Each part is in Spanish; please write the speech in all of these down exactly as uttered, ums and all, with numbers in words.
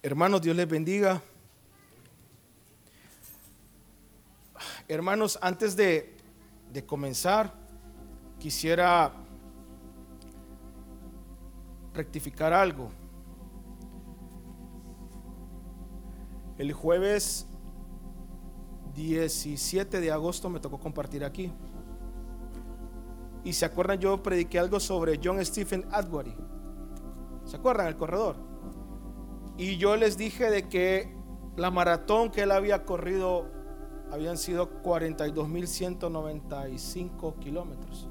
Hermanos, Dios les bendiga. Hermanos, antes de, de comenzar, quisiera rectificar algo. El jueves diecisiete de agosto me tocó compartir aquí. Y se acuerdan, yo prediqué algo sobre John Stephen Atwater. ¿Se acuerdan? El corredor. Y yo les dije de que la maratón que él había corrido habían sido cuarenta y dos mil ciento noventa y cinco kilómetros.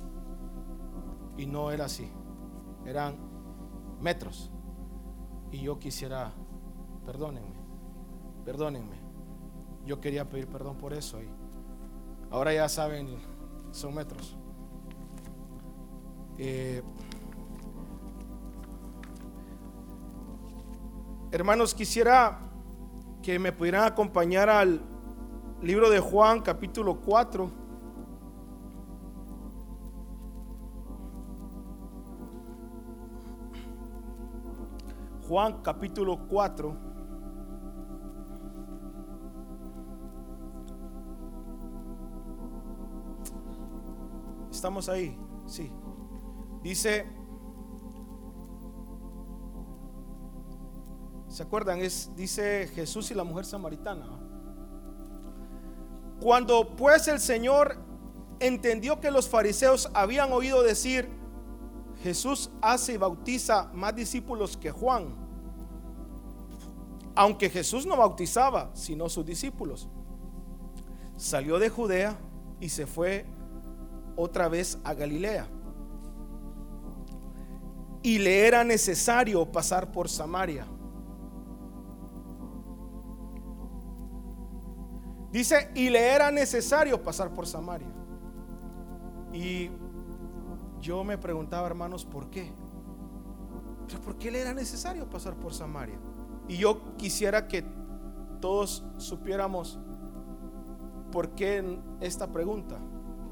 Y no era así, eran metros. Y yo quisiera, perdónenme, perdónenme, yo quería pedir perdón por eso. Y ahora ya saben, son metros. Eh, hermanos, quisiera que me pudieran acompañar al libro de Juan, capítulo cuatro. Juan, capítulo cuatro. ¿Estamos ahí? Sí. Dice, ¿se acuerdan? Es, dice Jesús y la mujer samaritana. Cuando pues el Señor entendió que los fariseos habían oído decir: Jesús hace y bautiza más discípulos que Juan, aunque Jesús no bautizaba sino sus discípulos, salió de Judea y se fue otra vez a Galilea, y le era necesario pasar por Samaria. Dice, y le era necesario pasar por Samaria. Y yo me preguntaba, hermanos, ¿por qué? ¿Pero por qué le era necesario pasar por Samaria? Y yo quisiera que todos supiéramos por qué esta pregunta.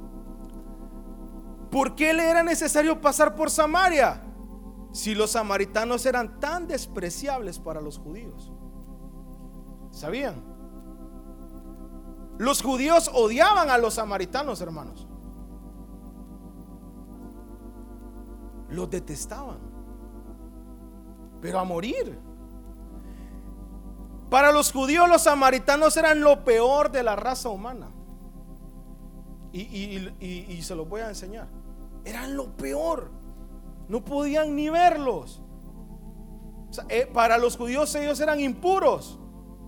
¿Por qué le era necesario pasar por Samaria si los samaritanos eran tan despreciables para los judíos? ¿Sabían? Los judíos odiaban a los samaritanos, hermanos. Los detestaban, pero a morir. Para los judíos, los samaritanos eran lo peor de la raza humana. Y, y, y, y se los voy a enseñar. Eran lo peor. No podían ni verlos. O sea, eh, para los judíos ellos eran impuros.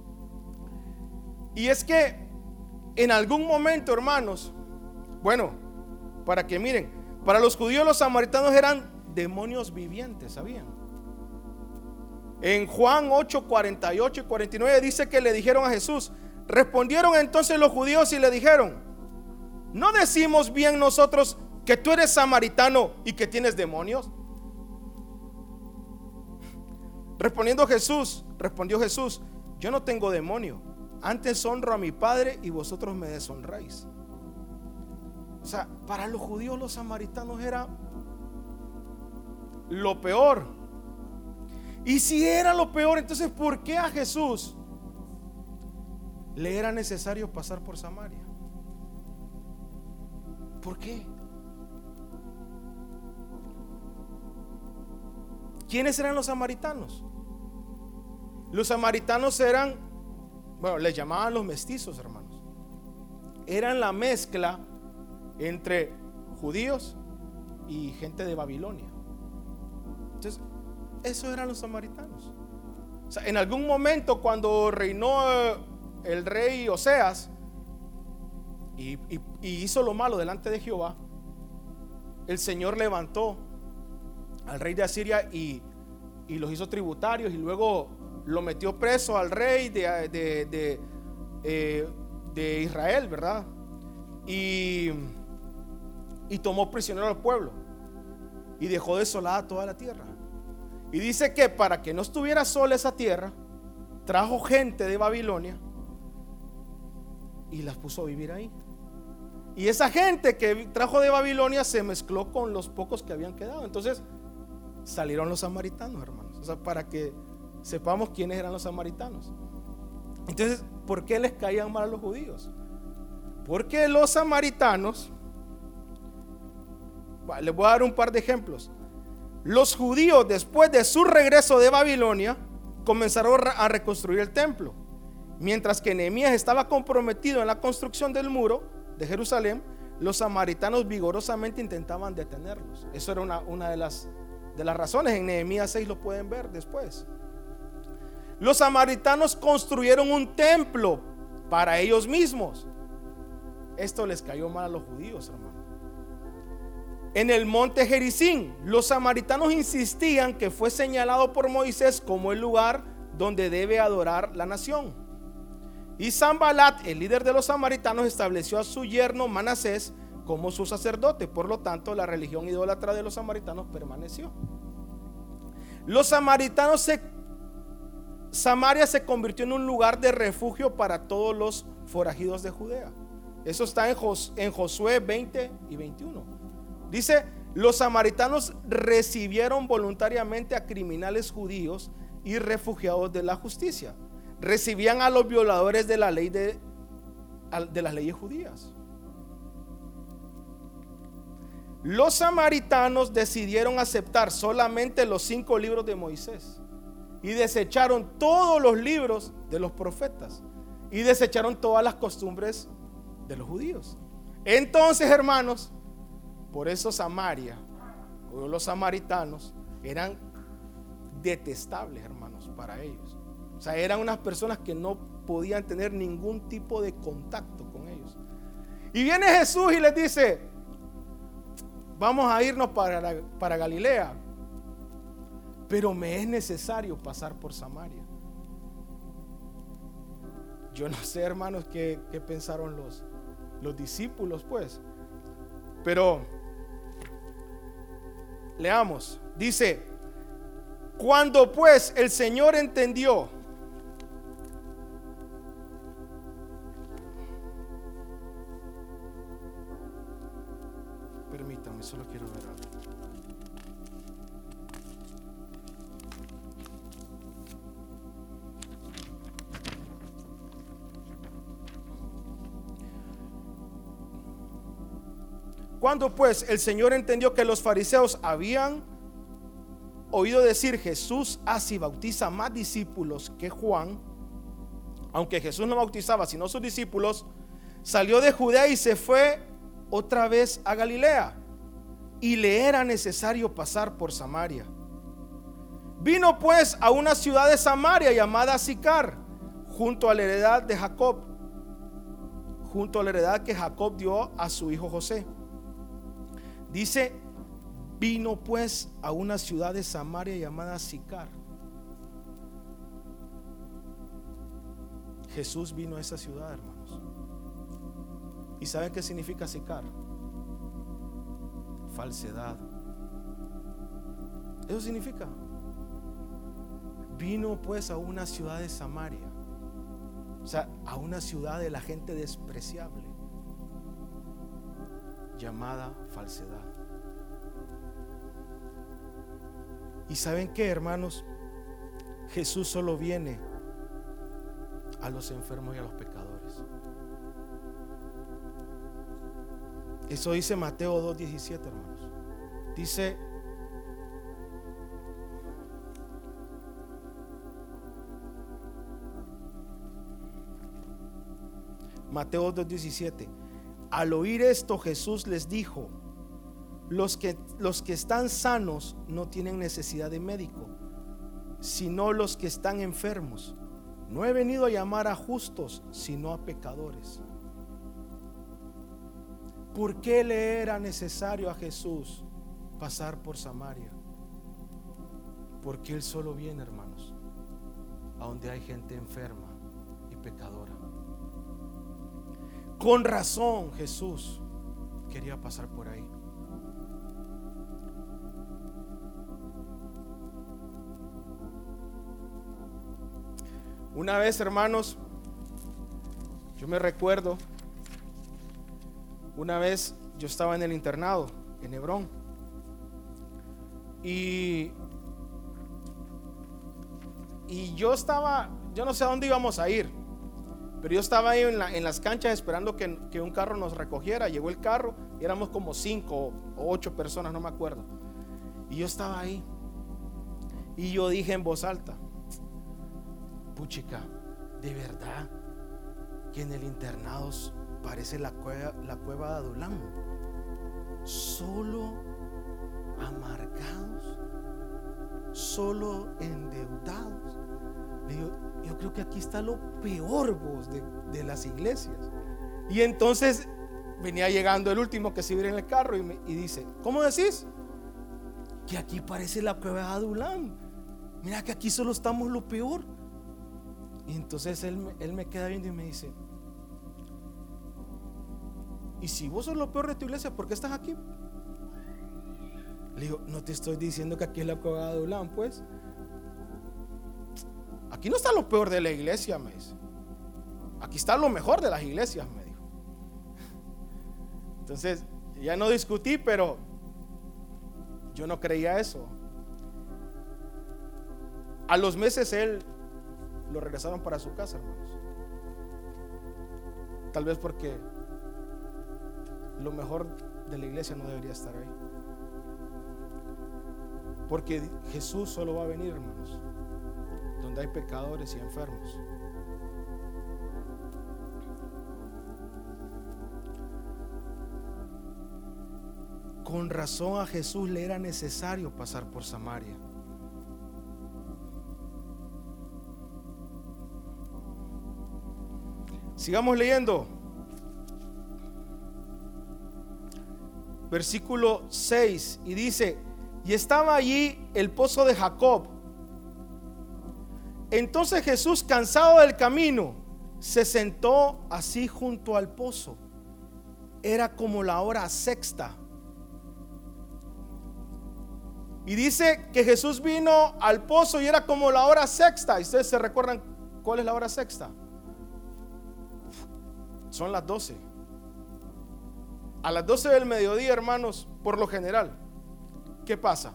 Y es que en algún momento, hermanos, bueno, para que miren, para los judíos los samaritanos eran demonios vivientes, ¿sabían? En Juan ocho, cuarenta y ocho y cuarenta y nueve dice que le dijeron a Jesús: respondieron entonces los judíos y le dijeron: ¿no decimos bien nosotros que tú eres samaritano y que tienes demonios? Respondiendo Jesús, respondió Jesús: yo no tengo demonio, antes honro a mi Padre y vosotros me deshonráis. O sea, para los judíos los samaritanos era lo peor. Y si era lo peor, entonces ¿por qué a Jesús le era necesario pasar por Samaria? ¿Por qué? ¿Quiénes eran los samaritanos? Los samaritanos eran, bueno, les llamaban los mestizos, hermanos. Eran la mezcla entre judíos y gente de Babilonia. Entonces, esos eran los samaritanos. O sea, en algún momento cuando reinó el rey Oseas y, y, y hizo lo malo delante de Jehová, el Señor levantó al rey de Asiria y, y los hizo tributarios, y luego lo metió preso al rey de, de, de, eh, de Israel, ¿verdad? Y, y tomó prisionero al pueblo y dejó desolada toda la tierra. Y dice que para que no estuviera sola esa tierra, trajo gente de Babilonia y las puso a vivir ahí. Y esa gente que trajo de Babilonia se mezcló con los pocos que habían quedado. Entonces salieron los samaritanos, hermanos. O sea, para que sepamos quiénes eran los samaritanos. Entonces, ¿por qué les caían mal a los judíos? Porque los samaritanos, les voy a dar un par de ejemplos. Los judíos, después de su regreso de Babilonia, comenzaron a reconstruir el templo. Mientras que Nehemías estaba comprometido en la construcción del muro de Jerusalén, los samaritanos vigorosamente intentaban detenerlos. Eso era una, una de, las, de las razones. En Nehemías seis lo pueden ver después. Los samaritanos construyeron un templo para ellos mismos. Esto les cayó mal a los judíos, hermano. En el monte Gerizim, los samaritanos insistían que fue señalado por Moisés como el lugar donde debe adorar la nación. Y Sanbalat, el líder de los samaritanos, estableció a su yerno Manasés como su sacerdote. Por lo tanto, la religión idólatra de los samaritanos permaneció. Los samaritanos se, Samaria se convirtió en un lugar de refugio para todos los forajidos de Judea. Eso está en, Jos, en Josué veinte y veintiuno. Dice: los samaritanos recibieron voluntariamente a criminales judíos y refugiados de la justicia. Recibían a los violadores de la ley de, de las leyes judías. Los samaritanos decidieron aceptar solamente los cinco libros de Moisés y desecharon todos los libros de los profetas y desecharon todas las costumbres de los judíos. Entonces, hermanos, por eso Samaria, o los samaritanos, eran detestables, hermanos, para ellos. O sea, eran unas personas que no podían tener ningún tipo de contacto con ellos. Y viene Jesús y les dice: vamos a irnos para, para Galilea, pero me es necesario pasar por Samaria. Yo no sé, hermanos, qué, qué pensaron los, los discípulos, pues. Pero leamos. Dice: cuando pues el Señor entendió permítanme, solo quiero ver algo. Cuando pues el Señor entendió que los fariseos habían oído decir: Jesús así bautiza más discípulos que Juan, aunque Jesús no bautizaba sino sus discípulos, salió de Judea y se fue otra vez a Galilea, y le era necesario pasar por Samaria. Vino pues a una ciudad de Samaria llamada Sicar, junto a la heredad de Jacob, junto a la heredad que Jacob dio a su hijo José. Dice: vino pues a una ciudad de Samaria llamada Sicar. Jesús vino a esa ciudad, hermanos. ¿Y saben qué significa Sicar? Falsedad. Eso significa. Vino pues a una ciudad de Samaria, o sea, a una ciudad de la gente despreciable, llamada falsedad. ¿Y saben qué, hermanos? Jesús solo viene a los enfermos y a los pecadores. Eso dice Mateo dos diecisiete, hermanos. Dice: Mateo dos diecisiete. Al oír esto, Jesús les dijo: Los que, los que están sanos no tienen necesidad de médico, sino los que están enfermos. No he venido a llamar a justos, sino a pecadores. ¿Por qué le era necesario a Jesús pasar por Samaria? Porque Él solo viene, hermanos, a donde hay gente enferma y pecadora. Con razón Jesús quería pasar por ahí. Una vez, hermanos, yo me recuerdo, una vez yo estaba en el internado en Hebrón y y yo estaba, yo no sé a dónde íbamos a ir, pero yo estaba ahí en, la, en las canchas esperando que, que un carro nos recogiera. Llegó el carro y éramos como cinco o ocho personas, no me acuerdo. Y yo estaba ahí y yo dije en voz alta: puchica, de verdad que en el internado parece la cueva, la cueva de Adulam. Solo amargados, solo endeudados. Le digo, yo creo que aquí está lo peor, vos, de, de las iglesias. Y entonces venía llegando el último que se iba en el carro y, me, y dice: ¿cómo decís? Que aquí parece la cueva de Adulam. Mira que aquí solo estamos lo peor. Y entonces él, él me queda viendo y me dice: ¿y si vos sos lo peor de tu iglesia, por qué estás aquí? Le digo: no te estoy diciendo que aquí es la cueva de Adulam, pues. Aquí no está lo peor de la iglesia, me dice. Aquí está lo mejor de las iglesias, me dijo. Entonces ya no discutí, pero yo no creía eso. A los meses él lo regresaron para su casa, hermanos. Tal vez porque lo mejor de la iglesia no debería estar ahí. Porque Jesús solo va a venir, hermanos, donde hay pecadores y enfermos. Con razón a Jesús le era necesario pasar por Samaria. Sigamos leyendo. Versículo seis, y dice: y estaba allí el pozo de Jacob. Entonces Jesús, cansado del camino, se sentó así junto al pozo. Era como la hora sexta. Y dice que Jesús vino al pozo y era como la hora sexta. ¿Y ustedes se recuerdan cuál es la hora sexta? Son las doce. A las doce del mediodía, hermanos, por lo general, ¿qué pasa?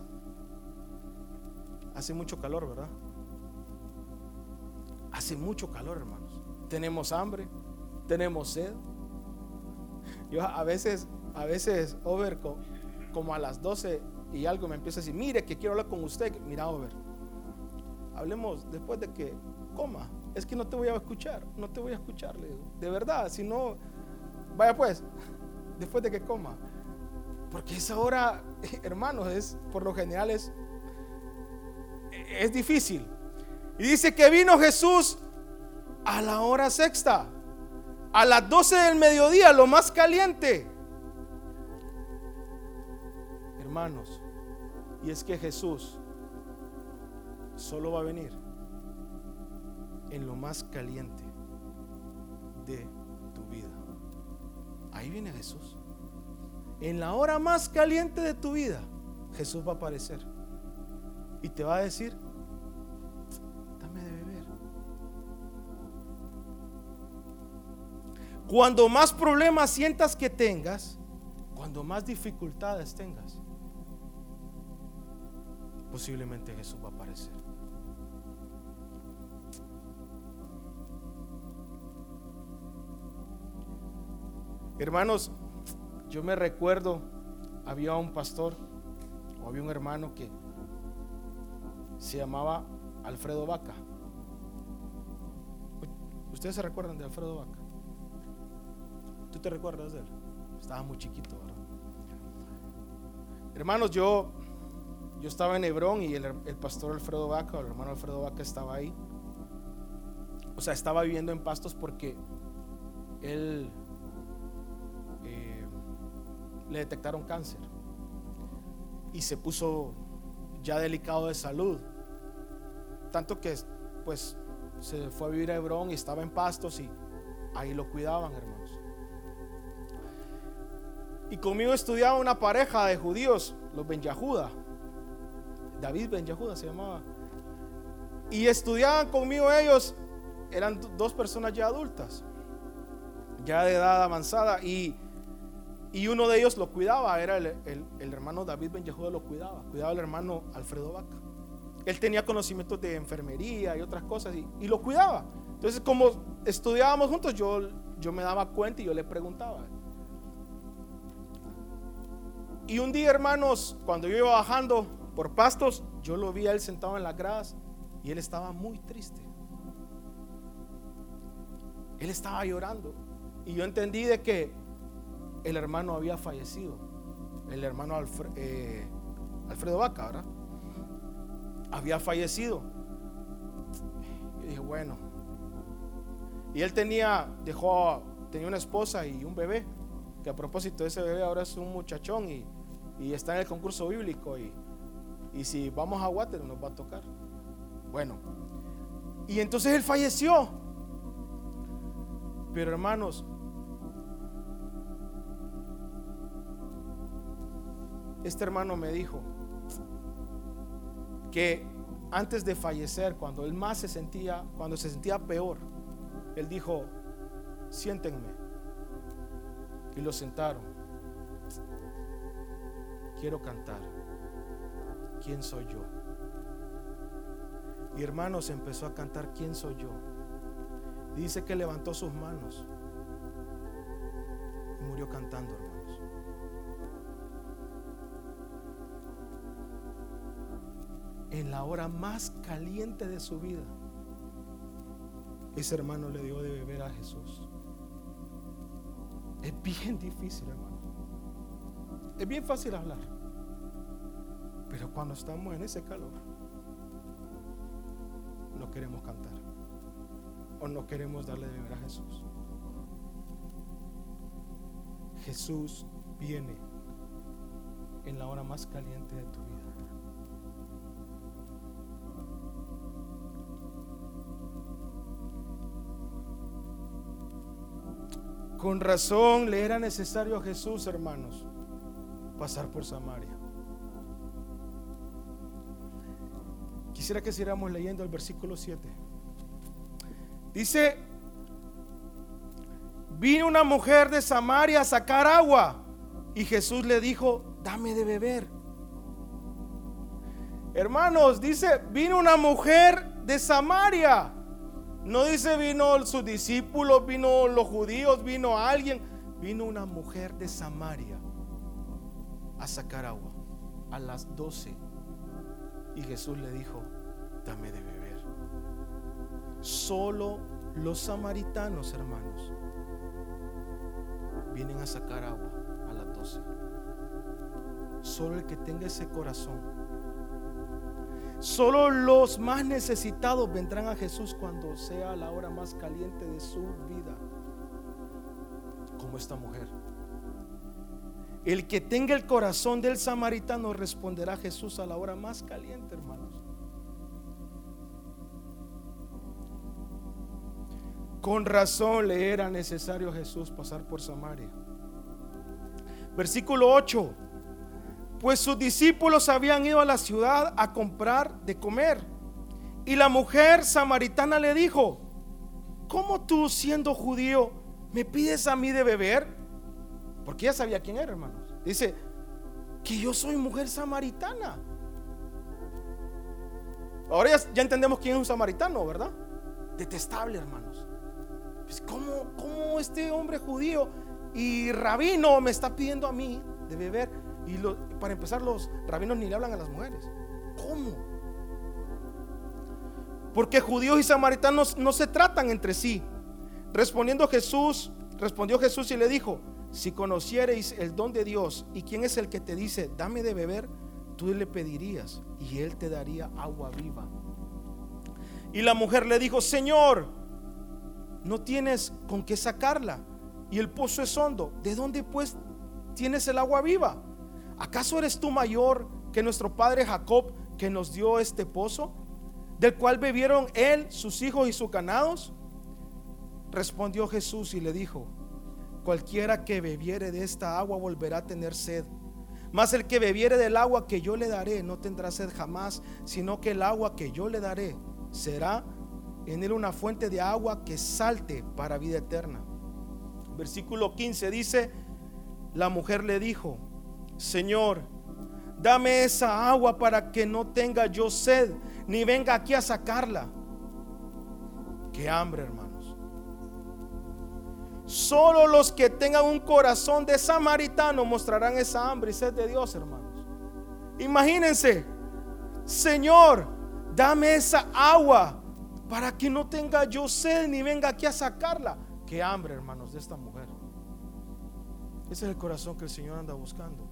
Hace mucho calor, ¿verdad? Hace mucho calor, hermanos. Tenemos hambre, tenemos sed. Yo a veces, a veces, Over, como a las doce y algo me empieza a decir: mire, que quiero hablar con usted. Mira, Over, hablemos después de que coma. Es que no te voy a escuchar, no te voy a escuchar, le digo. De verdad, si no, vaya pues, después de que coma. Porque esa hora, hermanos, es, por lo general es, es difícil. Y dice que vino Jesús a la hora sexta, a las doce del mediodía, lo más caliente. Hermanos, y es que Jesús solo va a venir en lo más caliente de tu vida. Ahí viene Jesús. En la hora más caliente de tu vida, Jesús va a aparecer y te va a decir: dame de beber. Cuando más problemas sientas que tengas, cuando más dificultades tengas, posiblemente Jesús va a aparecer. Hermanos, yo me recuerdo, había un pastor o había un hermano que se llamaba Alfredo Vaca. ¿Ustedes se recuerdan de Alfredo Vaca? ¿Tú te recuerdas de él? Estaba muy chiquito, ¿verdad? Hermanos, yo yo estaba en Hebrón y el, el pastor Alfredo Vaca, o el hermano Alfredo Vaca, estaba ahí. O sea, estaba viviendo en Pastos porque él eh, le detectaron cáncer y se puso ya delicado de salud, tanto que pues se fue a vivir a Hebrón y estaba en Pastos y ahí lo cuidaban, hermanos. Y conmigo estudiaba una pareja de judíos, los Ben Yahuda, David Ben Yahuda se llamaba, y estudiaban conmigo. Ellos eran dos personas ya adultas, ya de edad avanzada, y, y uno de ellos lo cuidaba, era el, el, el hermano David Ben Yahuda, lo cuidaba, cuidaba al hermano Alfredo Vaca. él tenía conocimientos de enfermería y otras cosas y, y lo cuidaba. Entonces, como estudiábamos juntos, yo, yo me daba cuenta y yo le preguntaba. Y un día, hermanos, cuando yo iba bajando por Pastos, yo lo vi a él sentado en las gradas y él estaba muy triste. Él estaba llorando y yo entendí de que el hermano había fallecido. El hermano Alfred, eh, Alfredo Vaca, ¿verdad? Había fallecido. Yo dije, bueno. Y él tenía, dejó, tenía una esposa y un bebé, que a propósito ese bebé ahora es un muchachón y, y está en el concurso bíblico y, y si vamos a Water nos va a tocar. Bueno, y entonces él falleció. Pero hermanos, este hermano me dijo que antes de fallecer, cuando él más se sentía, cuando se sentía peor, él dijo, siéntenme. Y lo sentaron. Quiero cantar. ¿Quién soy yo? Y hermanos, empezó a cantar ¿quién soy yo? Dice que levantó sus manos y murió cantando, hermanos. En la hora más caliente de su vida, ese hermano le dio de beber a Jesús. Es bien difícil, hermano. Es bien fácil hablar, pero cuando estamos en ese calor, no queremos cantar o no queremos darle de beber a Jesús. Jesús viene en la hora más caliente de tu vida. Con razón le era necesario a Jesús, hermanos, pasar por Samaria. Quisiera que siguiéramos leyendo el versículo siete. Dice: vino una mujer de Samaria a sacar agua y Jesús le dijo: dame de beber. Hermanos, dice vino una mujer de Samaria. No dice vino sus discípulos, vino los judíos, vino alguien. Vino una mujer de Samaria a sacar agua a las doce. Y Jesús le dijo: dame de beber. Solo los samaritanos, hermanos, vienen a sacar agua a las doce. Solo el que tenga ese corazón. Solo los más necesitados vendrán a Jesús cuando sea la hora más caliente de su vida, como esta mujer. El que tenga el corazón del samaritano responderá a Jesús a la hora más caliente, hermanos. Con razón le era necesario a Jesús pasar por Samaria. Versículo ocho. Pues sus discípulos habían ido a la ciudad a comprar de comer. Y la mujer samaritana le dijo: ¿cómo tú, siendo judío, me pides a mí de beber? Porque ella sabía quién era, hermanos. Dice que yo soy mujer samaritana. Ahora ya, ya entendemos quién es un samaritano, ¿verdad? Detestable, hermanos. Pues ¿cómo, cómo este hombre judío y rabino me está pidiendo a mí de beber? Y lo, para empezar, los rabinos ni le hablan a las mujeres. ¿Cómo? Porque judíos y samaritanos no se tratan entre sí. Respondiendo Jesús, respondió Jesús y le dijo: si conociereis el don de Dios y quién es el que te dice dame de beber, tú le pedirías y él te daría agua viva. Y la mujer le dijo: Señor, no tienes con qué sacarla y el pozo es hondo. ¿De dónde pues tienes el agua viva? ¿Acaso eres tú mayor que nuestro padre Jacob, que nos dio este pozo, del cual bebieron él, sus hijos y sus ganados? Respondió Jesús y le dijo: cualquiera que bebiere de esta agua volverá a tener sed, mas el que bebiere del agua que yo le daré no tendrá sed jamás, sino que el agua que yo le daré será en él una fuente de agua que salte para vida eterna. Versículo quince dice: la mujer le dijo: Señor, dame esa agua para que no tenga yo sed, ni venga aquí a sacarla. Qué hambre, hermanos. Solo los que tengan un corazón de samaritano mostrarán esa hambre y sed de Dios, hermanos. Imagínense: Señor, dame esa agua para que no tenga yo sed ni venga aquí a sacarla. Qué hambre, hermanos, de esta mujer. Ese es el corazón que el Señor anda buscando.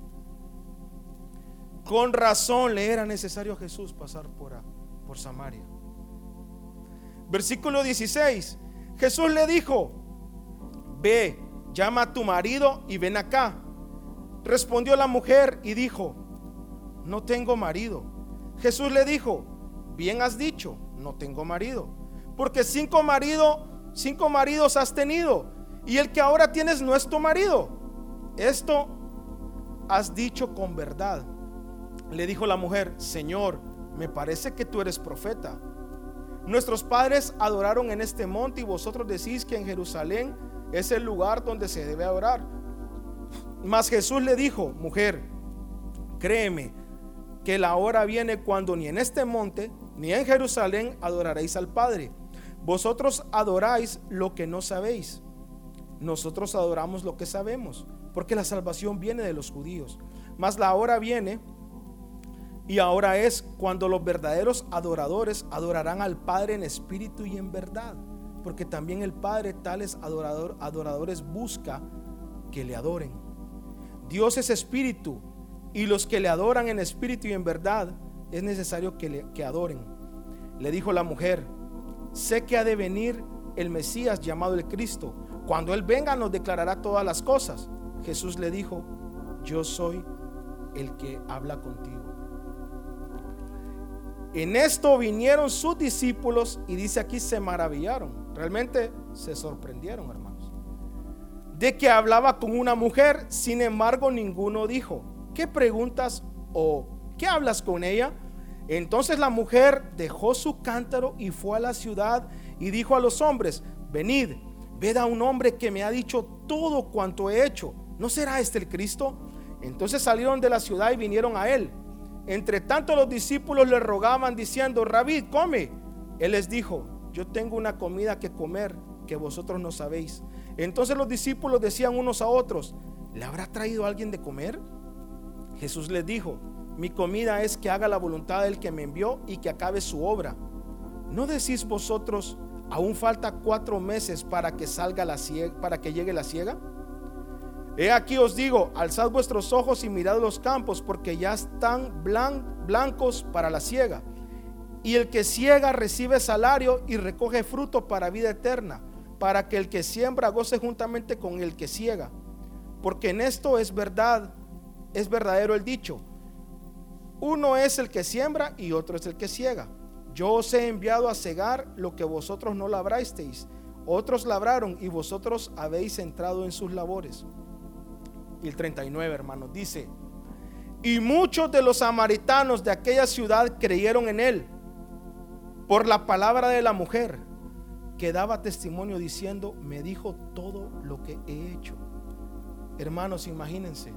Con razón le era necesario a Jesús pasar por, a, por Samaria. Versículo dieciséis. Jesús le dijo: ve, llama a tu marido y ven acá. Respondió la mujer y dijo: no tengo marido. Jesús le dijo: bien has dicho, no tengo marido, porque cinco maridos, cinco maridos has tenido, y el que ahora tienes no es tu marido. Esto has dicho con verdad. Le dijo la mujer: Señor, me parece que tú eres profeta. Nuestros padres adoraron en este monte, y vosotros decís que en Jerusalén es el lugar donde se debe adorar. Mas Jesús le dijo: mujer, créeme que la hora viene cuando ni en este monte ni en Jerusalén adoraréis al Padre. Vosotros adoráis lo que no sabéis, nosotros adoramos lo que sabemos, porque la salvación viene de los judíos. Mas la hora viene, y ahora es, cuando los verdaderos adoradores adorarán al Padre en espíritu y en verdad, porque también el Padre tales adorador, adoradores busca que le adoren. Dios es espíritu, y los que le adoran en espíritu y en verdad es necesario que le que adoren. Le dijo la mujer: sé que ha de venir el Mesías, llamado el Cristo. Cuando Él venga nos declarará todas las cosas. Jesús le dijo: yo soy el que habla contigo. En esto vinieron sus discípulos, y dice aquí se maravillaron, realmente se sorprendieron, hermanos, de que hablaba con una mujer. Sin embargo, ninguno dijo: ¿qué preguntas o qué hablas con ella? Entonces la mujer dejó su cántaro y fue a la ciudad y dijo a los hombres: venid, ved a un hombre que me ha dicho todo cuanto he hecho. ¿No será este el Cristo? Entonces salieron de la ciudad y vinieron a él. Entre tanto los discípulos le rogaban diciendo: Rabí, come. Él les dijo: yo tengo una comida que comer que vosotros no sabéis. Entonces los discípulos decían unos a otros: ¿le habrá traído alguien de comer? Jesús les dijo: mi comida es que haga la voluntad del que me envió y que acabe su obra. ¿No decís vosotros: aún falta cuatro meses para que salga la siega, para que llegue la siega? He aquí os digo: alzad vuestros ojos y mirad los campos, porque ya están blan, blancos para la siega. Y el que siega recibe salario y recoge fruto para vida eterna, para que el que siembra goce juntamente con el que siega. Porque en esto es verdad, es verdadero el dicho: uno es el que siembra y otro es el que siega. Yo os he enviado a segar lo que vosotros no labrasteis. Otros labraron y vosotros habéis entrado en sus labores. Y el treinta y nueve, hermanos, dice: y muchos de los samaritanos de aquella ciudad creyeron en él por la palabra de la mujer, que daba testimonio diciendo: me dijo todo lo que he hecho. Hermanos, imagínense,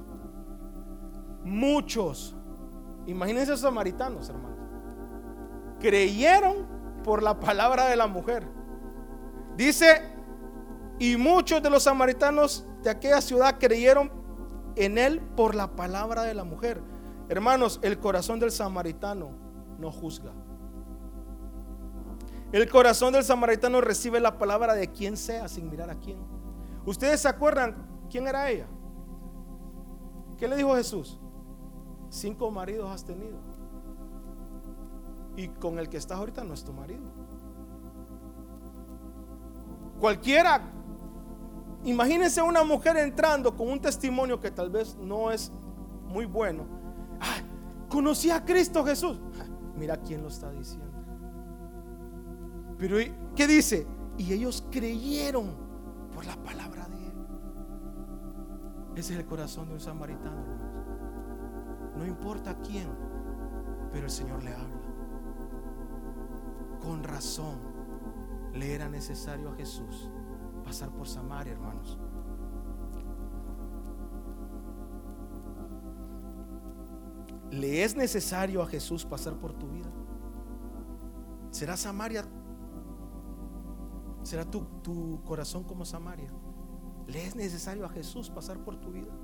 muchos, imagínense los samaritanos, hermanos, creyeron por la palabra de la mujer. Dice: y muchos de los samaritanos de aquella ciudad creyeron en él por la palabra de la mujer. Hermanos, el corazón del samaritano no juzga. El corazón del samaritano recibe la palabra de quien sea, sin mirar a quién. ¿Ustedes se acuerdan quién era ella? ¿Qué le dijo Jesús? Cinco maridos has tenido, y con el que estás ahorita no es tu marido. Cualquiera, imagínense una mujer entrando con un testimonio que tal vez no es muy bueno. Ah, conocí a Cristo Jesús. Mira quién lo está diciendo. Pero ¿qué dice? Y ellos creyeron por la palabra de él. Ese es el corazón de un samaritano, hermanos. No importa quién, pero el Señor le habla. Con razón le era necesario a Jesús pasar por Samaria, hermanos. ¿Le es necesario a Jesús pasar por tu vida? ¿Será Samaria? ¿Será tu, tu corazón como Samaria? ¿Le es necesario a Jesús pasar por tu vida?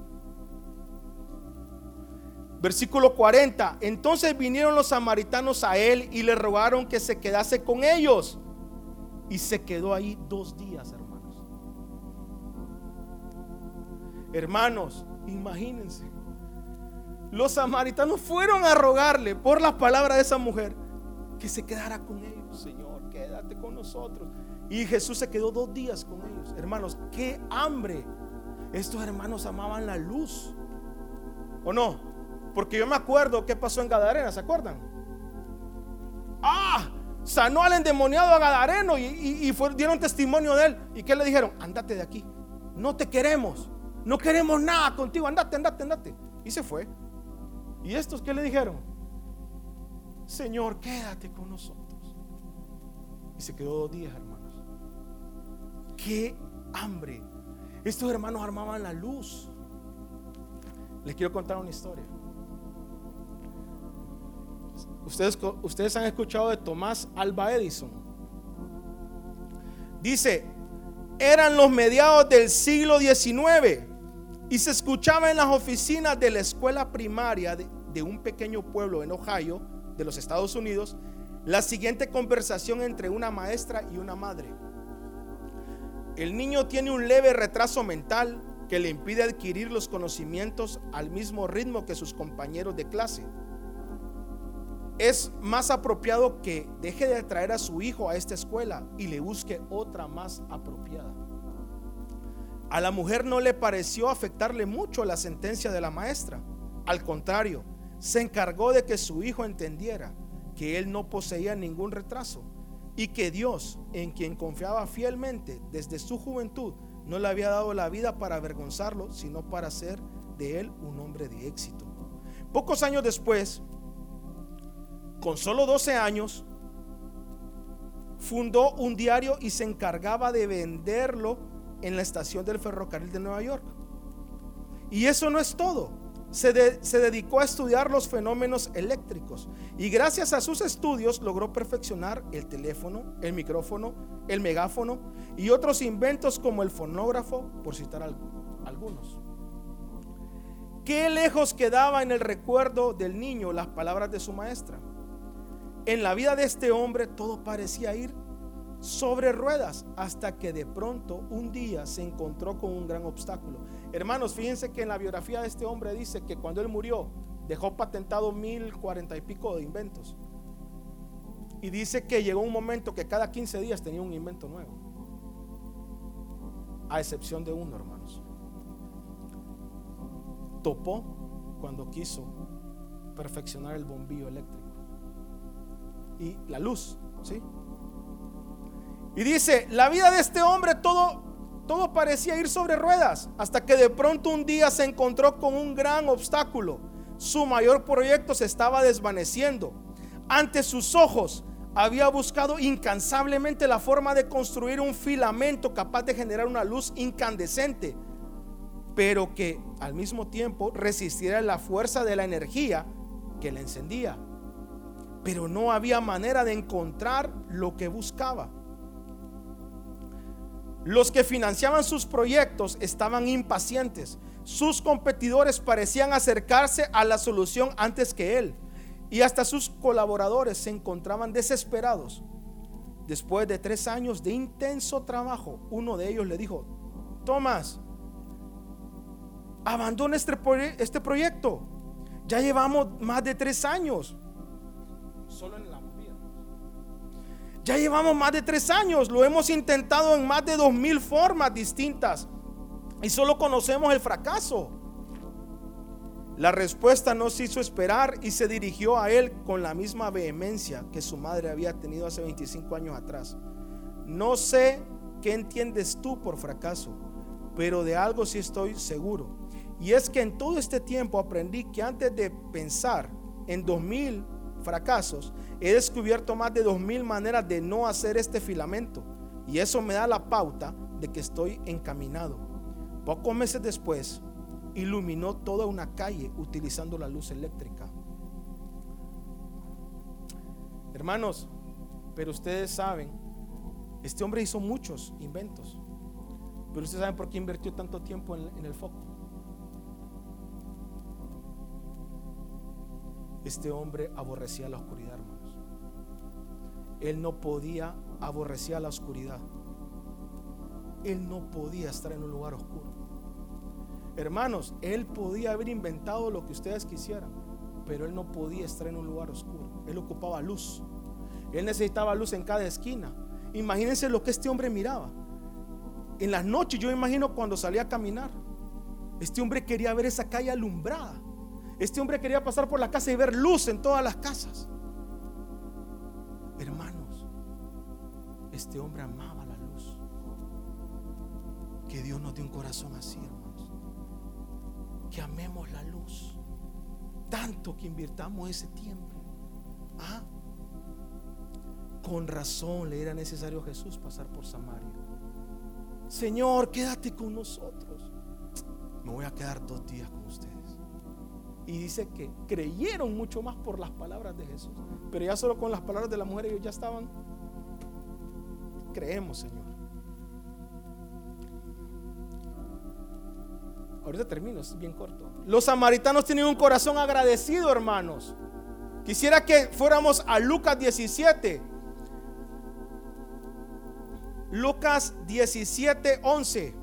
Versículo cuarenta. Entonces vinieron los samaritanos a él y le rogaron que se quedase con ellos. Y se quedó ahí dos días, hermanos. Hermanos, imagínense. Los samaritanos fueron a rogarle por las palabras de esa mujer que se quedara con ellos. Señor, quédate con nosotros. Y Jesús se quedó dos días con ellos. Hermanos, qué hambre. Estos hermanos amaban la luz, ¿o no? Porque yo me acuerdo qué pasó en Gadarena, ¿se acuerdan? Ah, sanó al endemoniado a Gadareno y, y, y fue, dieron testimonio de él. ¿Y qué le dijeron? Andate de aquí, no te queremos, no queremos nada contigo, andate, andate, andate. Y se fue. ¿Y estos qué le dijeron? Señor, quédate con nosotros. Y se quedó dos días, hermanos. Qué hambre. Estos hermanos armaban la luz. Les quiero contar una historia. Ustedes, ustedes han escuchado de Tomás Alva Edison. Dice, eran los mediados del siglo diecinueve y se escuchaba en las oficinas de la escuela primaria de, de un pequeño pueblo en Ohio, de los Estados Unidos, la siguiente conversación entre una maestra y una madre. El niño tiene un leve retraso mental que le impide adquirir los conocimientos al mismo ritmo que sus compañeros de clase. Es más apropiado que deje de traer a su hijo a esta escuela y le busque otra más apropiada. A la mujer no le pareció afectarle mucho la sentencia de la maestra. Al contrario, se encargó de que su hijo entendiera que él no poseía ningún retraso y que Dios, en quien confiaba fielmente desde su juventud, no le había dado la vida para avergonzarlo, sino para hacer de él un hombre de éxito. Pocos años después, con solo doce años, fundó un diario y se encargaba de venderlo en la estación del ferrocarril de Nueva York. Y eso no es todo. Se, de, se dedicó a estudiar los fenómenos eléctricos y gracias a sus estudios logró perfeccionar el teléfono, el micrófono, el megáfono y otros inventos como el fonógrafo, por citar algo, algunos. Qué lejos quedaba en el recuerdo del niño las palabras de su maestra. En la vida de este hombre todo parecía ir sobre ruedas hasta que de pronto un día se encontró con un gran obstáculo. Hermanos, fíjense que en la biografía de este hombre dice que cuando él murió dejó patentado mil cuarenta y pico de inventos, y dice que llegó un momento que cada quince días tenía un invento nuevo, a excepción de uno, hermanos. Topó cuando quiso perfeccionar el bombillo eléctrico y la luz, ¿sí? Y dice, la vida de este hombre todo, todo parecía ir sobre ruedas hasta que de pronto un día se encontró con un gran obstáculo. Su mayor proyecto se estaba desvaneciendo. Ante sus ojos había buscado incansablemente la forma de construir un filamento capaz de generar una luz incandescente, pero que al mismo tiempo resistiera la fuerza de la energía que la encendía. Pero no había manera de encontrar lo que buscaba. Los que financiaban sus proyectos estaban impacientes. Sus competidores parecían acercarse a la solución antes que él, y hasta sus colaboradores se encontraban desesperados. Después de tres años de intenso trabajo, uno de ellos le dijo: Tomás, abandona este, este proyecto. Ya llevamos más de tres años. Solo en la vida. Ya llevamos más de tres años. Lo hemos intentado en más de dos mil formas distintas y solo conocemos el fracaso. La respuesta no se hizo esperar y se dirigió a él con la misma vehemencia que su madre había tenido hace veinticinco años atrás. No sé qué entiendes tú por fracaso, pero de algo sí estoy seguro, y es que en todo este tiempo aprendí que antes de pensar en dos mil fracasos, he descubierto más de dos mil maneras de no hacer este filamento, y eso me da la pauta de que estoy encaminado. Pocos meses después, iluminó toda una calle utilizando la luz eléctrica. Hermanos, Pero ustedes saben, este hombre hizo muchos inventos. Pero ustedes saben por qué invirtió tanto tiempo en, en el foco. Este hombre aborrecía la oscuridad, hermanos. Él no podía, aborrecía la oscuridad. Él no podía estar en un lugar oscuro. Hermanos, él podía haber inventado lo que ustedes quisieran, pero él no podía estar en un lugar oscuro. Él ocupaba luz. Él necesitaba luz en cada esquina. Imagínense lo que este hombre miraba. En las noches, yo me imagino cuando salía a caminar, este hombre quería ver esa calle alumbrada. Este hombre quería pasar por la casa y ver luz en todas las casas. Hermanos, este hombre amaba la luz. Que Dios nos dé un corazón así, hermanos. Que amemos la luz, tanto que invirtamos ese tiempo. ¿Ah? Con razón le era necesario a Jesús pasar por Samaria. Señor, quédate con nosotros. Me voy a quedar dos días con ustedes. Y dice que creyeron mucho más por las palabras de Jesús. Pero ya solo con las palabras de la mujer ellos ya estaban. Creemos, Señor. Ahorita termino, es bien corto. Los samaritanos tienen un corazón agradecido, hermanos. Quisiera que fuéramos a Lucas diecisiete. Lucas diecisiete, once.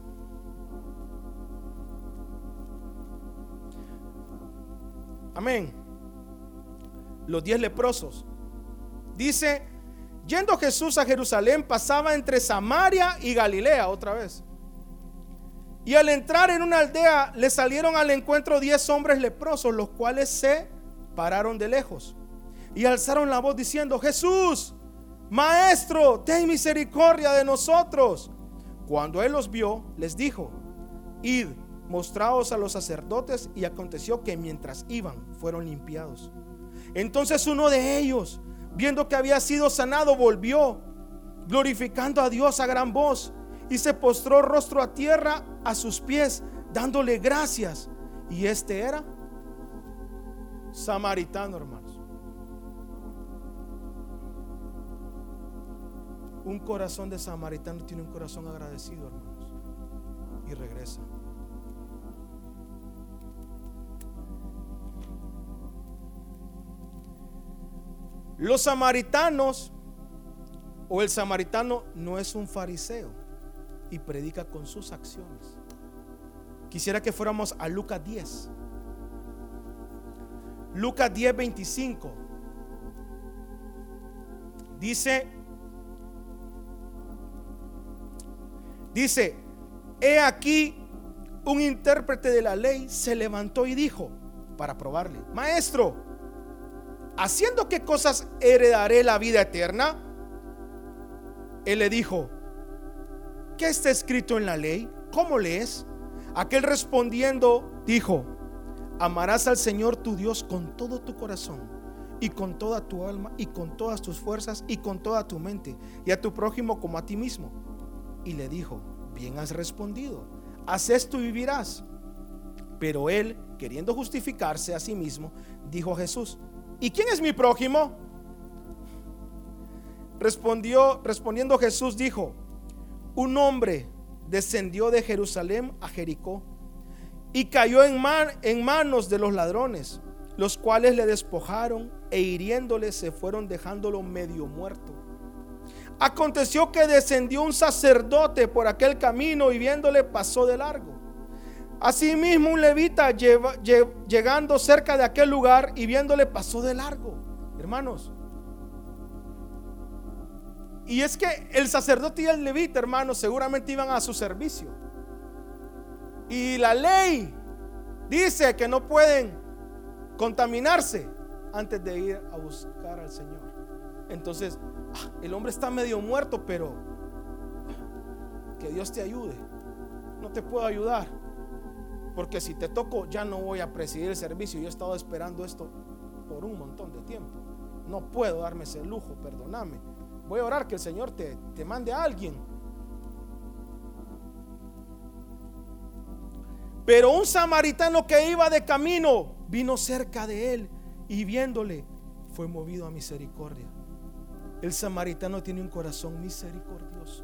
Amén. Los diez leprosos. Dice: yendo Jesús a Jerusalén, pasaba entre Samaria y Galilea otra vez. Y al entrar en una aldea, le salieron al encuentro diez hombres leprosos, los cuales se pararon de lejos y alzaron la voz diciendo: Jesús, Maestro, ten misericordia de nosotros. Cuando él los vio, les dijo: id, mostraos a los sacerdotes. Y aconteció que mientras iban, fueron limpiados. Entonces uno de ellos, viendo que había sido sanado, volvió, glorificando a Dios a gran voz, y se postró rostro a tierra a sus pies, dándole gracias. Y este era samaritano, hermanos. Un corazón de samaritano tiene un corazón agradecido, hermanos, y regresa. Los samaritanos, o el samaritano, no es un fariseo y predica con sus acciones. Quisiera que fuéramos a Lucas diez. Lucas diez, veinticinco. Dice: Dice, he aquí un intérprete de la ley se levantó y dijo, para probarle: Maestro, ¿haciendo qué cosas heredaré la vida eterna? Él le dijo: ¿qué está escrito en la ley? ¿Cómo lees? Aquel respondiendo dijo: amarás al Señor tu Dios con todo tu corazón, y con toda tu alma, y con todas tus fuerzas, y con toda tu mente, y a tu prójimo como a ti mismo. Y le dijo: bien has respondido, haz esto y vivirás. Pero él, queriendo justificarse a sí mismo, dijo a Jesús: ¿y quién es mi prójimo? Respondió, respondiendo Jesús dijo: un hombre descendió de Jerusalén a Jericó y cayó en, man, en manos de los ladrones, los cuales le despojaron e hiriéndole se fueron dejándolo medio muerto. Aconteció que descendió un sacerdote por aquel camino y viéndole pasó de largo. Asimismo un levita lleva, lle, llegando cerca de aquel lugar y viéndole pasó de largo. Hermanos, y es que el sacerdote y el levita, hermanos, seguramente iban a su servicio. Y la ley dice que no pueden contaminarse antes de ir a buscar al Señor. Entonces, el hombre está medio muerto, pero que Dios te ayude. No te puedo ayudar, porque si te toco ya no voy a presidir el servicio. Yo he estado esperando esto por un montón de tiempo. No puedo darme ese lujo, perdóname. Voy a orar que el Señor te, te mande a alguien. Pero un samaritano que iba de camino vino cerca de él y viéndole fue movido a misericordia. El samaritano tiene un corazón misericordioso.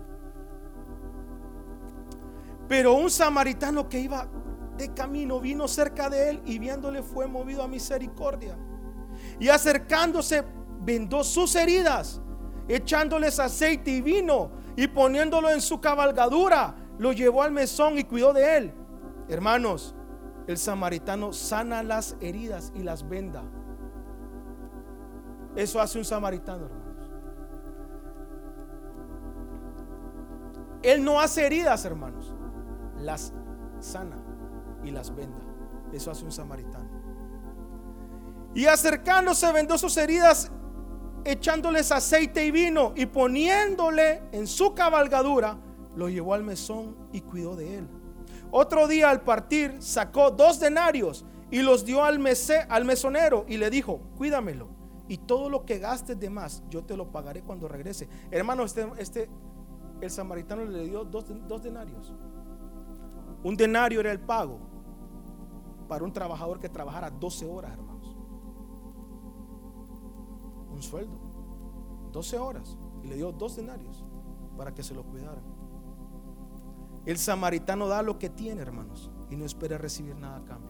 Pero un samaritano que iba de camino vino cerca de él y viéndole fue movido a misericordia. Y acercándose vendó sus heridas, echándoles aceite y vino y poniéndolo en su cabalgadura, lo llevó al mesón y cuidó de él. Hermanos, el samaritano sana las heridas y las venda. Eso hace un samaritano, hermanos. Él no hace heridas, hermanos, las sana y las venda. Eso hace un samaritano. Y acercándose vendó sus heridas, echándoles aceite y vino y poniéndole en su cabalgadura, lo llevó al mesón y cuidó de él. Otro día al partir sacó dos denarios y los dio al, mese, al mesonero y le dijo: cuídamelo, y todo lo que gastes de más yo te lo pagaré cuando regrese. Hermano, este, este el samaritano le dio dos, dos denarios. Un denario era el pago para un trabajador que trabajara doce horas, hermanos. Un sueldo, doce horas, y le dio dos denarios para que se lo cuidaran. El samaritano da lo que tiene, hermanos, y no espera recibir nada a cambio.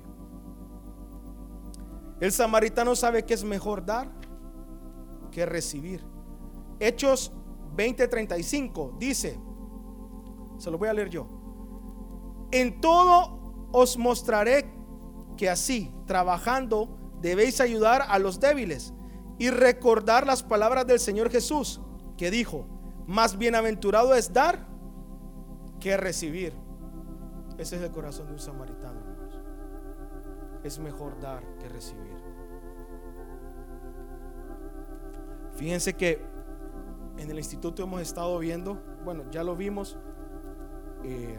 El samaritano sabe que es mejor dar que recibir. Hechos veinte treinta y cinco dice, se lo voy a leer yo: en todo os mostraré que así, trabajando, debéis ayudar a los débiles y recordar las palabras del Señor Jesús, que dijo: más bienaventurado es dar que recibir. Ese es el corazón de un samaritano, hermanos. Es mejor dar que recibir. Fíjense que en el instituto hemos estado viendo, bueno, ya lo vimos, eh,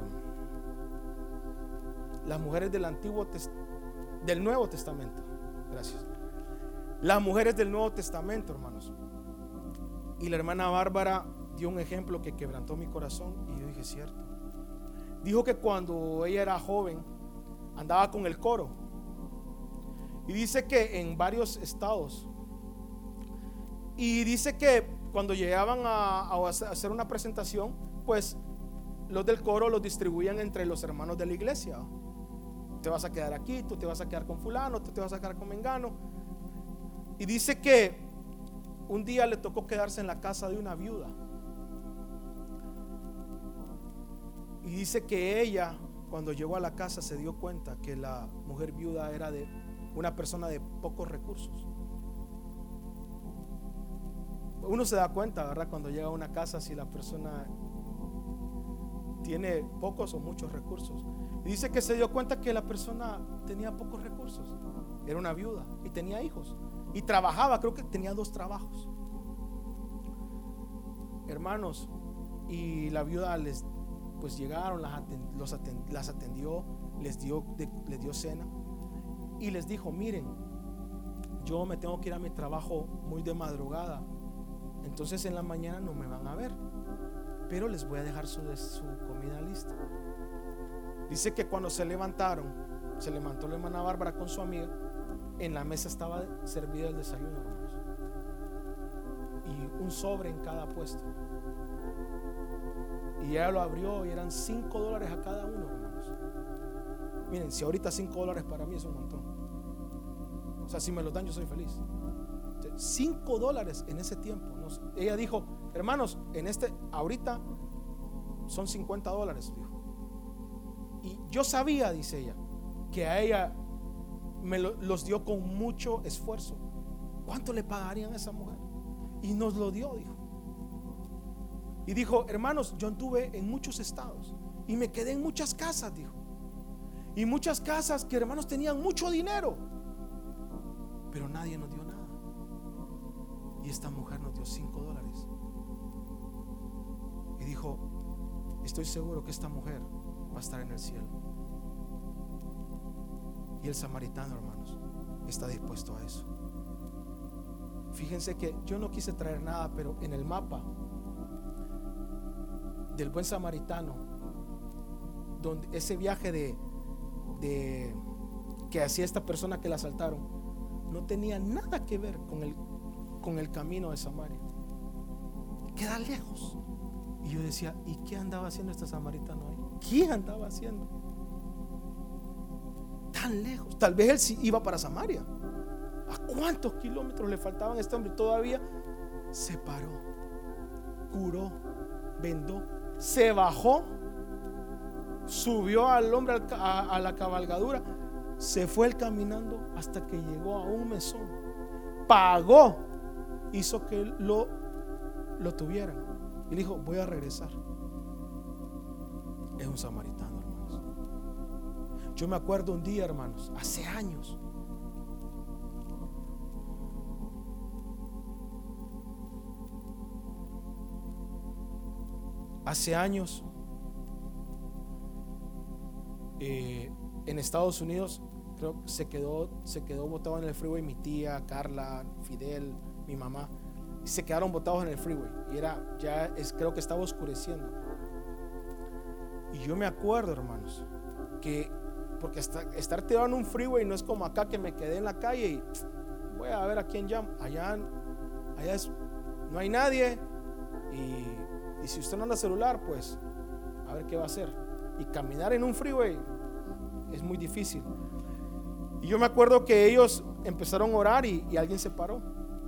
las mujeres del Antiguo del Nuevo Testamento. Gracias. Las mujeres del Nuevo Testamento, hermanos. Y la hermana Bárbara dio un ejemplo que quebrantó mi corazón, y yo dije: cierto. Dijo que cuando ella era joven andaba con el coro, y dice que en varios estados, y dice que cuando llegaban a, a hacer una presentación, pues los del coro los distribuían entre los hermanos de la iglesia. Te vas a quedar aquí, tú te vas a quedar con fulano, tú te vas a quedar con mengano. Y dice que un día le tocó quedarse en la casa de una viuda. Y dice que ella, cuando llegó a la casa, se dio cuenta que la mujer viuda era de una persona de pocos recursos. Uno se da cuenta, ¿verdad?, cuando llega a una casa, si la persona tiene pocos o muchos recursos. Y dice que se dio cuenta que la persona tenía pocos recursos. Era una viuda y tenía hijos y trabajaba, creo que tenía dos trabajos, hermanos. Y la viuda les pues llegaron, las, atend, los atend, las atendió, les dio, de, les dio cena y les dijo: miren, yo me tengo que ir a mi trabajo muy de madrugada, entonces en la mañana no me van a ver, pero les voy a dejar su, su comida lista. Dice que cuando se levantaron, se levantó la hermana Bárbara con su amiga, en la mesa estaba servido el desayuno, hermanos, y un sobre en cada puesto. Y ella lo abrió y eran cinco dólares a cada uno, hermanos. Miren, si ahorita cinco dólares para mí es un montón. O sea, si me los dan yo soy feliz. Cinco dólares en ese tiempo. No sé. Ella dijo: hermanos, en este, ahorita son cincuenta dólares, dijo. Y yo sabía, dice ella, que a ella me lo, los dio con mucho esfuerzo. ¿Cuánto le pagarían a esa mujer? Y nos lo dio, dijo. Y dijo: hermanos, yo anduve en muchos estados y me quedé en muchas casas, dijo. Y muchas casas que, hermanos, tenían mucho dinero, pero nadie nos dio nada. Y esta mujer nos dio cinco dólares. Y dijo: estoy seguro que esta mujer va a estar en el cielo. Y el samaritano, hermanos, está dispuesto a eso. Fíjense que yo no quise traer nada, pero en el mapa del buen samaritano, donde ese viaje de, de que hacía esta persona que la asaltaron, no tenía nada que ver con el, con el camino de Samaria. queda lejos. Y yo decía, ¿y qué andaba haciendo este samaritano ahí? ¿Qué andaba haciendo? Tan lejos. Tal vez él sí iba para Samaria. ¿A cuántos kilómetros le faltaban a este hombre? Todavía se paró, curó, vendó, se bajó, subió al hombre a, a la cabalgadura, se fue él caminando hasta que llegó a un mesón, pagó, hizo que lo, lo tuvieran y le dijo, voy a regresar. Es un samaritano, hermanos. Yo me acuerdo un día, hermanos, hace años, hace años eh, en Estados Unidos, creo que se quedó, se quedó botado en el freeway mi tía, Carla, Fidel, mi mamá, y se quedaron botados en el freeway. Y era, ya es, creo que estaba oscureciendo. Y yo me acuerdo, hermanos, que porque estar, estar tirado en un freeway no es como acá que me quedé en la calle y voy a ver a quién llamo. Allá, allá es, no hay nadie. Y, y si usted no anda celular, pues a ver qué va a hacer. Y caminar en un freeway es muy difícil. Y yo me acuerdo que ellos empezaron a orar y, y alguien se paró.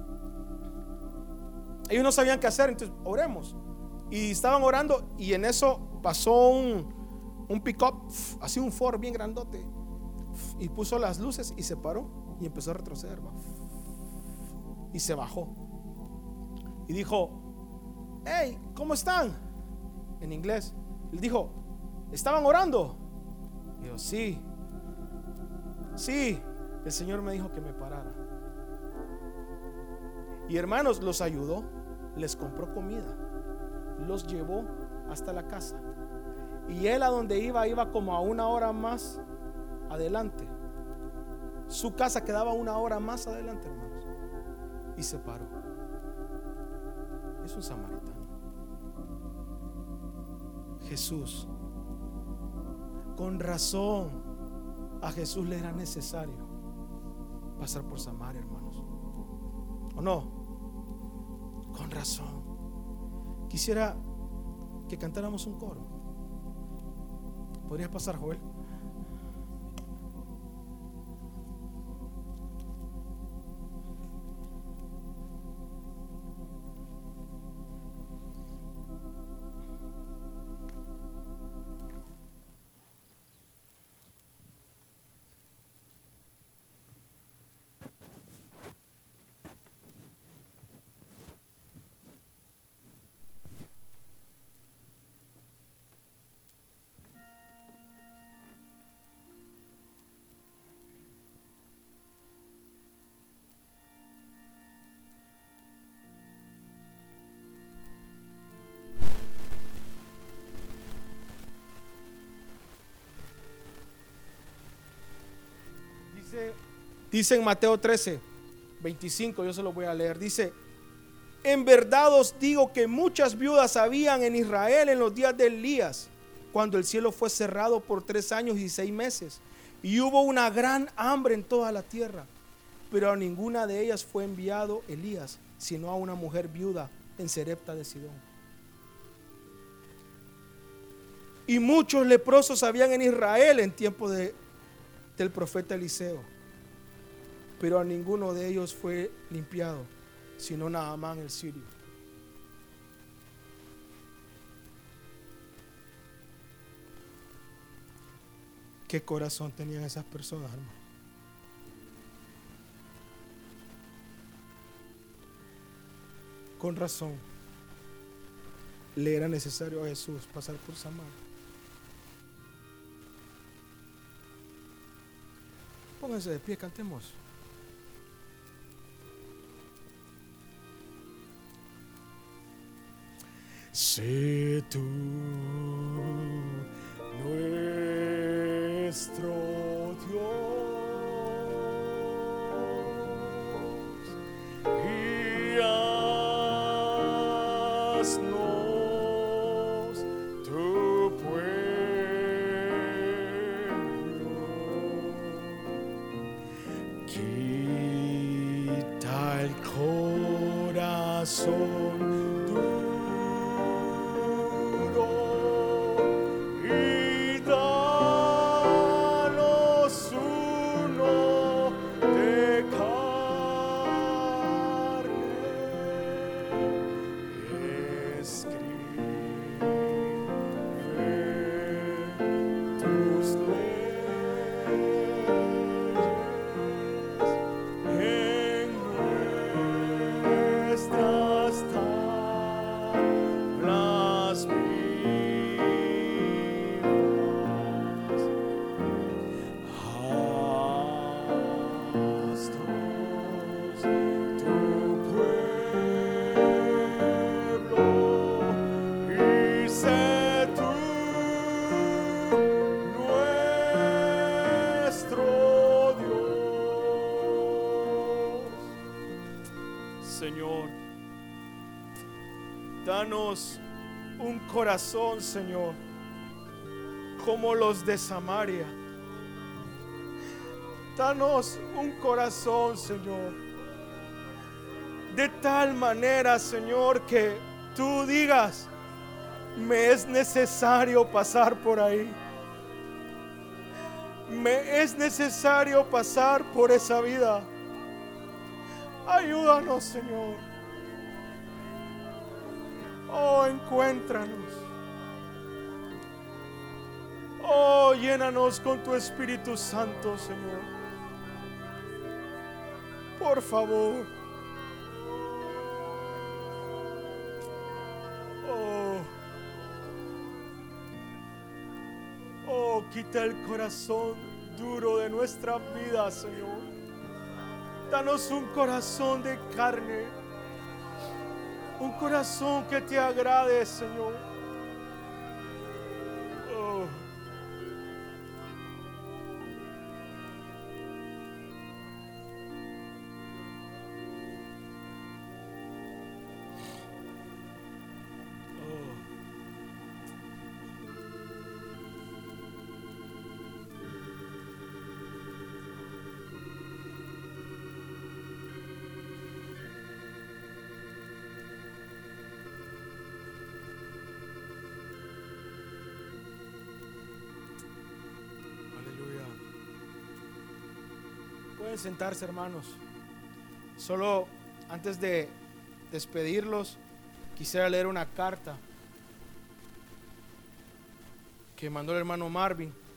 Ellos no sabían qué hacer, entonces oremos. Y estaban orando y en eso pasó un, un pick-up, así un Ford bien grandote, y puso las luces y se paró y empezó a retroceder, ¿va? Y se bajó y dijo, hey, ¿cómo están? En inglés. Él dijo, ¿estaban orando? Y yo, sí, sí, el Señor me dijo que me parara. Y hermanos, los ayudó, les compró comida, los llevó hasta la casa. Y él a donde iba, iba como a una hora más adelante. Su casa quedaba una hora más adelante, hermanos. Y se paró. Es un samaritano. Jesús, con razón, a Jesús le era necesario pasar por Samaria, hermanos. ¿O no? Con razón. Quisiera que cantáramos un coro. ¿Podrías pasar, Joel? Dice, dice en Mateo trece, veinticinco, yo se lo voy a leer. Dice, en verdad os digo que muchas viudas habían en Israel en los días de Elías, cuando el cielo fue cerrado por tres años y seis meses, y hubo una gran hambre en toda la tierra, pero a ninguna de ellas fue enviado Elías, sino a una mujer viuda en Serepta de Sidón. Y muchos leprosos habían en Israel en tiempo de del profeta Eliseo, pero a ninguno de ellos fue limpiado, sino Naamán el sirio. ¿Qué corazón tenían esas personas, hermano? Con razón le era necesario a Jesús pasar por Samaria. Pónganse de pie, cantemos. Sé tú nuestro Dios y haznos tu pueblo. Quita el corazón duro Señor, danos un corazón, Señor, como los de Samaria. Danos un corazón, Señor, de tal manera, Señor, que tú digas: me es necesario pasar por ahí. Me es necesario pasar por esa vida. Ayúdanos, Señor. Oh, encuéntranos. Oh, llénanos con tu Espíritu Santo, Señor. Por favor. Oh. Oh, quita el corazón duro de nuestra vida, Señor. Danos un corazón de carne, un corazón que te agrade, Señor. Oh. Pueden sentarse, hermanos. Solo antes de despedirlos, quisiera leer una carta que mandó el hermano Marvin.